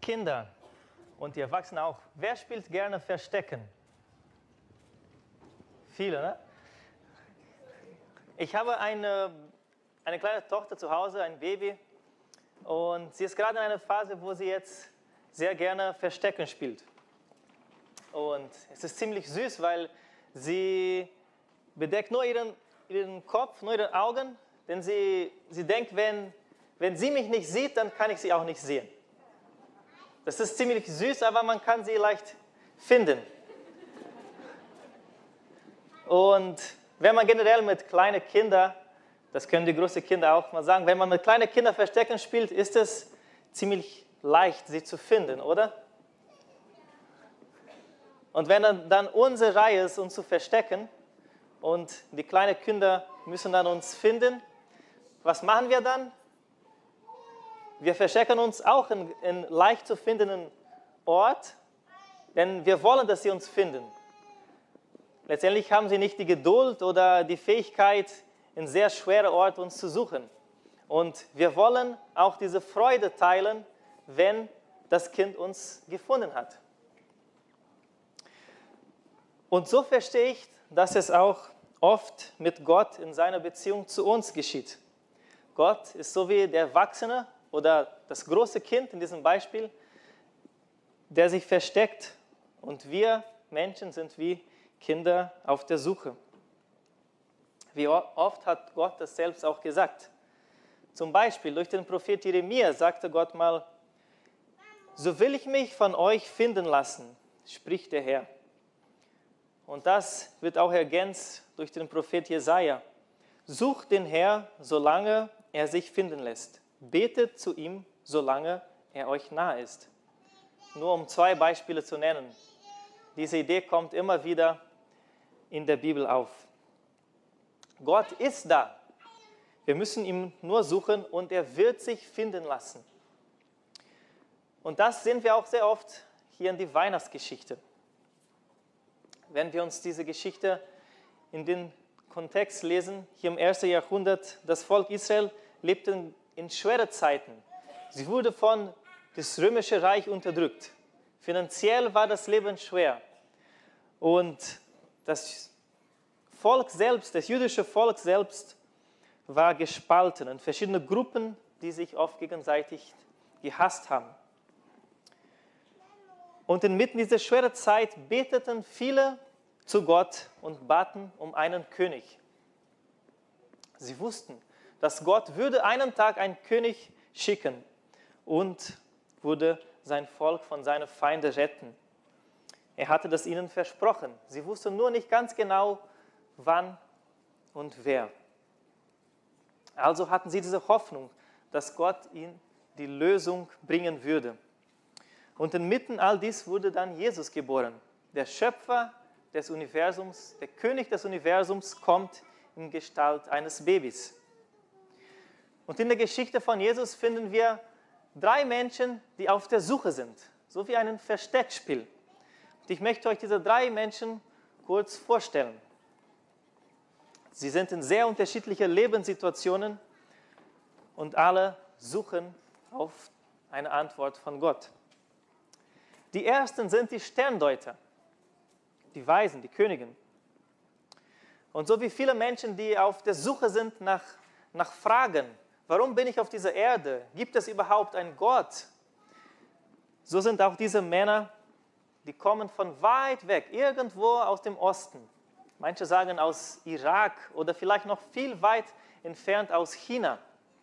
Kinder und die Erwachsenen auch, wer spielt gerne Verstecken? Viele, ne? Ich habe eine kleine Tochter zu Hause, ein Baby, und sie ist gerade in einer Phase, wo sie jetzt sehr gerne Verstecken spielt. Und es ist ziemlich süß, weil sie bedeckt nur ihren Kopf, nur ihre Augen, denn sie denkt, wenn sie mich nicht sieht, dann kann ich sie auch nicht sehen. Das ist ziemlich süß, aber man kann sie leicht finden. Und wenn man generell mit kleinen Kindern, das können die großen Kinder auch mal sagen, wenn man mit kleinen Kindern Verstecken spielt, ist es ziemlich leicht, sie zu finden, oder? Und wenn dann unsere Reihe ist, uns zu verstecken, und die kleinen Kinder müssen dann uns finden, was machen wir dann? Wir verstecken uns auch in leicht zu findenden Ort, denn wir wollen, dass sie uns finden. Letztendlich haben sie nicht die Geduld oder die Fähigkeit, in sehr schweren Orten uns zu suchen. Und wir wollen auch diese Freude teilen, wenn das Kind uns gefunden hat. Und so verstehe ich, dass es auch oft mit Gott in seiner Beziehung zu uns geschieht. Gott ist so wie der Erwachsene oder das große Kind in diesem Beispiel, der sich versteckt, und wir Menschen sind wie Kinder auf der Suche. Wie oft hat Gott das selbst auch gesagt? Zum Beispiel durch den Prophet Jeremia sagte Gott mal: So will ich mich von euch finden lassen, spricht der Herr. Und das wird auch ergänzt durch den Prophet Jesaja: Sucht den Herr, solange er sich finden lässt. Betet zu ihm, solange er euch nahe ist. Nur um 2 Beispiele zu nennen. Diese Idee kommt immer wieder in der Bibel auf. Gott ist da. Wir müssen ihn nur suchen und er wird sich finden lassen. Und das sehen wir auch sehr oft hier in der Weihnachtsgeschichte. Wenn wir uns diese Geschichte in den Kontext lesen, hier im 1. Jahrhundert, das Volk Israel lebte in schweren Zeiten. Sie wurde von das römische Reich unterdrückt. Finanziell war das Leben schwer. Und das Volk selbst, das jüdische Volk selbst, war gespalten in verschiedene Gruppen, die sich oft gegenseitig gehasst haben. Und inmitten dieser schweren Zeit beteten viele zu Gott und baten um einen König. Sie wussten, dass Gott würde einen Tag einen König schicken und würde sein Volk von seinen Feinden retten. Er hatte das ihnen versprochen. Sie wussten nur nicht ganz genau, wann und wer. Also hatten sie diese Hoffnung, dass Gott ihnen die Lösung bringen würde. Und inmitten all dies wurde dann Jesus geboren. Der Schöpfer des Universums, der König des Universums, kommt in Gestalt eines Babys. Und in der Geschichte von Jesus finden wir 3 Menschen, die auf der Suche sind, so wie ein Versteckspiel. Und ich möchte euch diese 3 Menschen kurz vorstellen. Sie sind in sehr unterschiedlichen Lebenssituationen und alle suchen auf eine Antwort von Gott. Die ersten sind die Sterndeuter, die Weisen, die Königen. Und so wie viele Menschen, die auf der Suche sind nach Fragen, warum bin ich auf dieser Erde? Gibt es überhaupt einen Gott? So sind auch diese Männer, die kommen von weit weg, irgendwo aus dem Osten. Manche sagen aus Irak oder vielleicht noch viel weit entfernt aus China.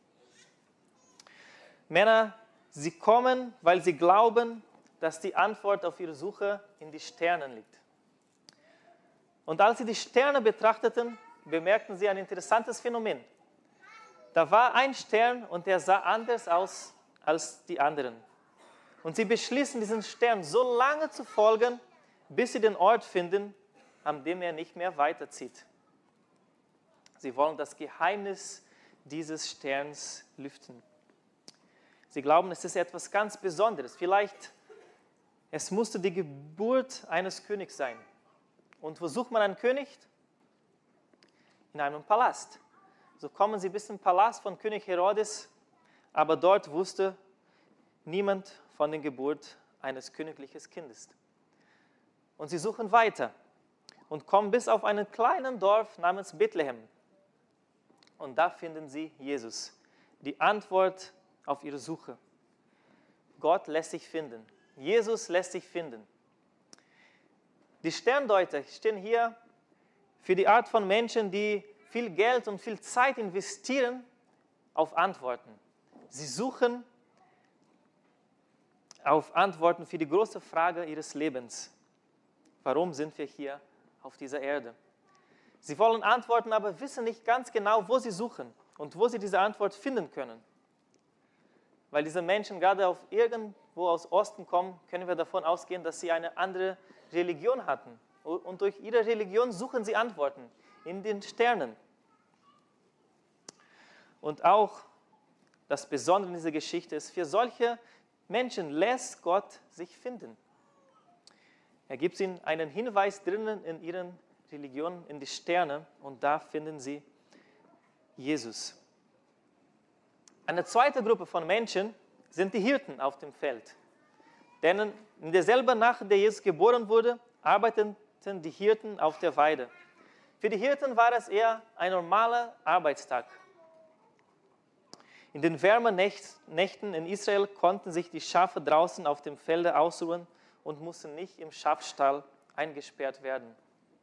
Männer, sie kommen, weil sie glauben, dass die Antwort auf ihre Suche in die Sternen liegt. Und als sie die Sterne betrachteten, bemerkten sie ein interessantes Phänomen. Da war ein Stern und der sah anders aus als die anderen. Und sie beschließen, diesen Stern so lange zu folgen, bis sie den Ort finden, an dem er nicht mehr weiterzieht. Sie wollen das Geheimnis dieses Sterns lüften. Sie glauben, es ist etwas ganz Besonderes. Vielleicht, es musste die Geburt eines Königs sein. Und wo sucht man einen König? In einem Palast. So kommen sie bis zum Palast von König Herodes, aber dort wusste niemand von der Geburt eines königlichen Kindes. Und sie suchen weiter und kommen bis auf einen kleinen Dorf namens Bethlehem. Und da finden sie Jesus, die Antwort auf ihre Suche. Gott lässt sich finden. Jesus lässt sich finden. Die Sterndeuter stehen hier für die Art von Menschen, die viel Geld und viel Zeit investieren auf Antworten. Sie suchen auf Antworten für die große Frage ihres Lebens. Warum sind wir hier auf dieser Erde? Sie wollen Antworten, aber wissen nicht ganz genau, wo sie suchen und wo sie diese Antwort finden können. Weil diese Menschen gerade irgendwo aus Osten kommen, können wir davon ausgehen, dass sie eine andere Religion hatten. Und durch ihre Religion suchen sie Antworten in den Sternen. Und auch das Besondere in dieser Geschichte ist, für solche Menschen lässt Gott sich finden. Er gibt ihnen einen Hinweis drinnen in ihren Religionen, in die Sterne, und da finden sie Jesus. Eine zweite Gruppe von Menschen sind die Hirten auf dem Feld. Denn in derselben Nacht, in der Jesus geboren wurde, arbeiteten die Hirten auf der Weide. Für die Hirten war es eher ein normaler Arbeitstag. In den wärmen Nächten in Israel konnten sich die Schafe draußen auf dem Felde ausruhen und mussten nicht im Schafstall eingesperrt werden.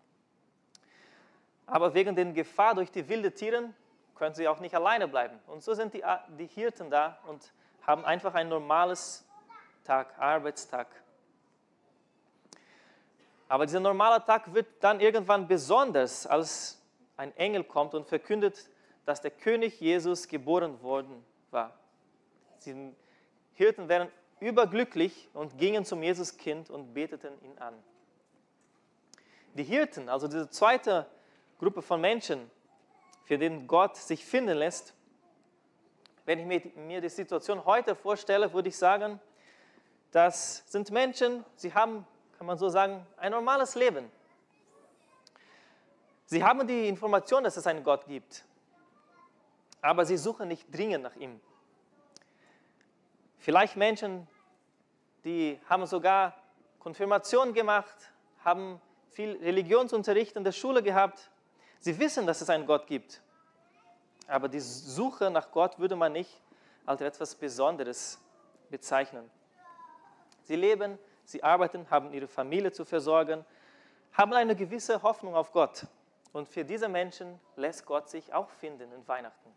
Aber wegen der Gefahr durch die wilden Tiere können sie auch nicht alleine bleiben. Und so sind die Hirten da und haben einfach ein normales Arbeitstag. Aber dieser normale Tag wird dann irgendwann besonders, als ein Engel kommt und verkündet, dass der König Jesus geboren worden war. Die Hirten waren überglücklich und gingen zum Jesuskind und beteten ihn an. Die Hirten, also diese zweite Gruppe von Menschen, für den Gott sich finden lässt, wenn ich mir die Situation heute vorstelle, würde ich sagen, das sind Menschen, sie haben, kann man so sagen, ein normales Leben. Sie haben die Information, dass es einen Gott gibt, aber sie suchen nicht dringend nach ihm. Vielleicht Menschen, die haben sogar Konfirmation gemacht, haben viel Religionsunterricht in der Schule gehabt. Sie wissen, dass es einen Gott gibt. Aber die Suche nach Gott würde man nicht als etwas Besonderes bezeichnen. Sie leben, sie arbeiten, haben ihre Familie zu versorgen, haben eine gewisse Hoffnung auf Gott. Und für diese Menschen lässt Gott sich auch finden in Weihnachten.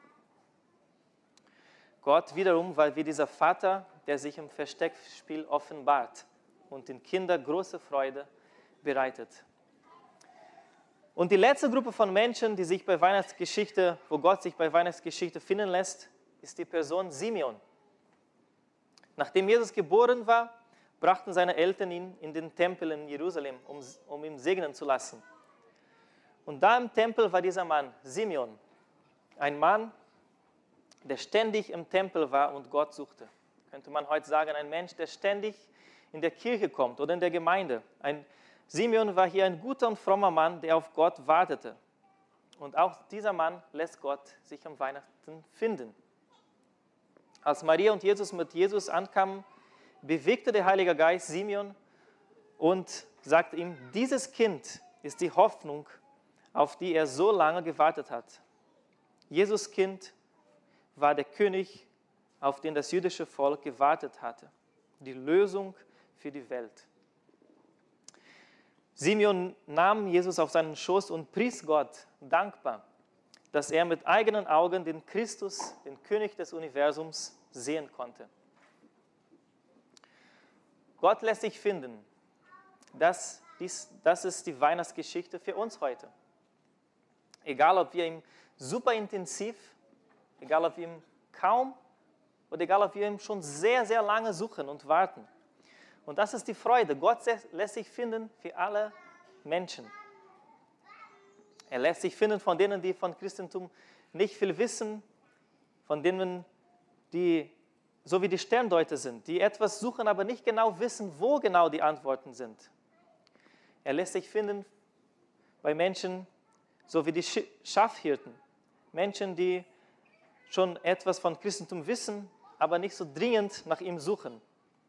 Gott wiederum, weil wie dieser Vater, der sich im Versteckspiel offenbart und den Kindern große Freude bereitet. Und die letzte Gruppe von Menschen, die sich bei Weihnachtsgeschichte, wo Gott sich bei Weihnachtsgeschichte finden lässt, ist die Person Simeon. Nachdem Jesus geboren war, brachten seine Eltern ihn in den Tempel in Jerusalem, um ihn segnen zu lassen. Und da im Tempel war dieser Mann, Simeon, ein Mann, der ständig im Tempel war und Gott suchte. Könnte man heute sagen, ein Mensch, der ständig in der Kirche kommt oder in der Gemeinde. Simeon war hier ein guter und frommer Mann, der auf Gott wartete. Und auch dieser Mann lässt Gott sich am Weihnachten finden. Als Maria und Jesus mit Jesus ankamen, bewegte der Heilige Geist Simeon und sagte ihm, dieses Kind ist die Hoffnung, auf die er so lange gewartet hat. Jesus Kind war der König, auf den das jüdische Volk gewartet hatte. Die Lösung für die Welt. Simeon nahm Jesus auf seinen Schoß und pries Gott dankbar, dass er mit eigenen Augen den Christus, den König des Universums, sehen konnte. Gott lässt sich finden. Das ist die Weihnachtsgeschichte für uns heute. Egal, ob wir ihn super intensiv, egal, ob wir ihn kaum oder egal, ob wir ihn schon sehr, sehr lange suchen und warten. Und das ist die Freude. Gott lässt sich finden für alle Menschen. Er lässt sich finden von denen, die von Christentum nicht viel wissen, von denen, die so wie die Sterndeuter sind, die etwas suchen, aber nicht genau wissen, wo genau die Antworten sind. Er lässt sich finden bei Menschen, so wie die Schafhirten. Menschen, die schon etwas von Christentum wissen, aber nicht so dringend nach ihm suchen.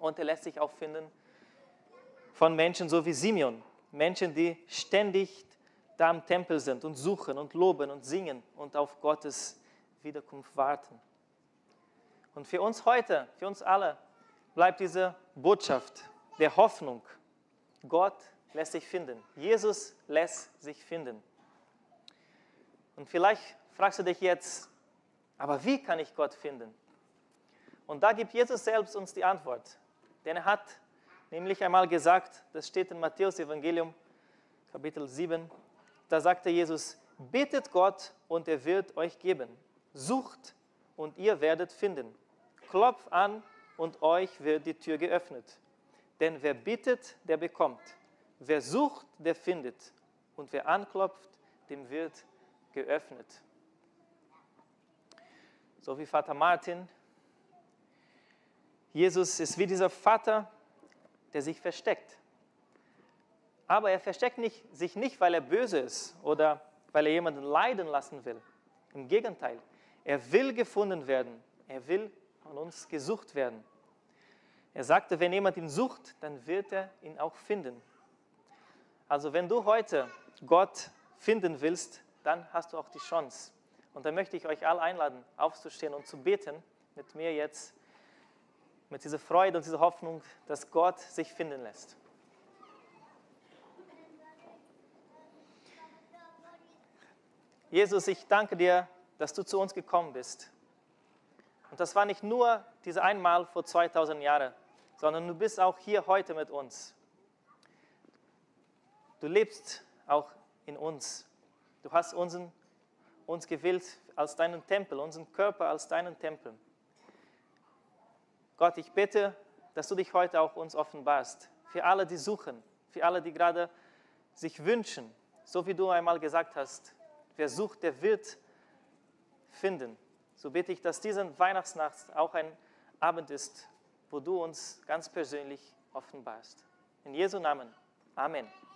Und er lässt sich auch finden von Menschen so wie Simeon. Menschen, die ständig da am Tempel sind und suchen und loben und singen und auf Gottes Wiederkunft warten. Und für uns heute, für uns alle, bleibt diese Botschaft der Hoffnung. Gott lässt sich finden. Jesus lässt sich finden. Und vielleicht fragst du dich jetzt, aber wie kann ich Gott finden? Und da gibt Jesus selbst uns die Antwort. Denn er hat nämlich einmal gesagt, das steht in Matthäus Evangelium, Kapitel 7, da sagte Jesus, bittet Gott und er wird euch geben. Sucht und ihr werdet finden. Klopft an und euch wird die Tür geöffnet. Denn wer bittet, der bekommt. Wer sucht, der findet. Und wer anklopft, dem wird geöffnet. So wie Vater Martin. Jesus ist wie dieser Vater, der sich versteckt. Aber er versteckt sich nicht, weil er böse ist oder weil er jemanden leiden lassen will. Im Gegenteil, er will gefunden werden. Er will von uns gesucht werden. Er sagte, wenn jemand ihn sucht, dann wird er ihn auch finden. Also wenn du heute Gott finden willst, dann hast du auch die Chance. Und dann möchte ich euch alle einladen, aufzustehen und zu beten mit mir jetzt, mit dieser Freude und dieser Hoffnung, dass Gott sich finden lässt. Jesus, ich danke dir, dass du zu uns gekommen bist. Und das war nicht nur diese einmal vor 2000 Jahren, sondern du bist auch hier heute mit uns. Du lebst auch in uns. Du hast uns gewählt als deinen Tempel, unseren Körper als deinen Tempel. Gott, ich bitte, dass du dich heute auch uns offenbarst. Für alle, die suchen, für alle, die gerade sich wünschen, so wie du einmal gesagt hast, wer sucht, der wird finden. So bitte ich, dass diese Weihnachtsnacht auch ein Abend ist, wo du uns ganz persönlich offenbarst. In Jesu Namen. Amen.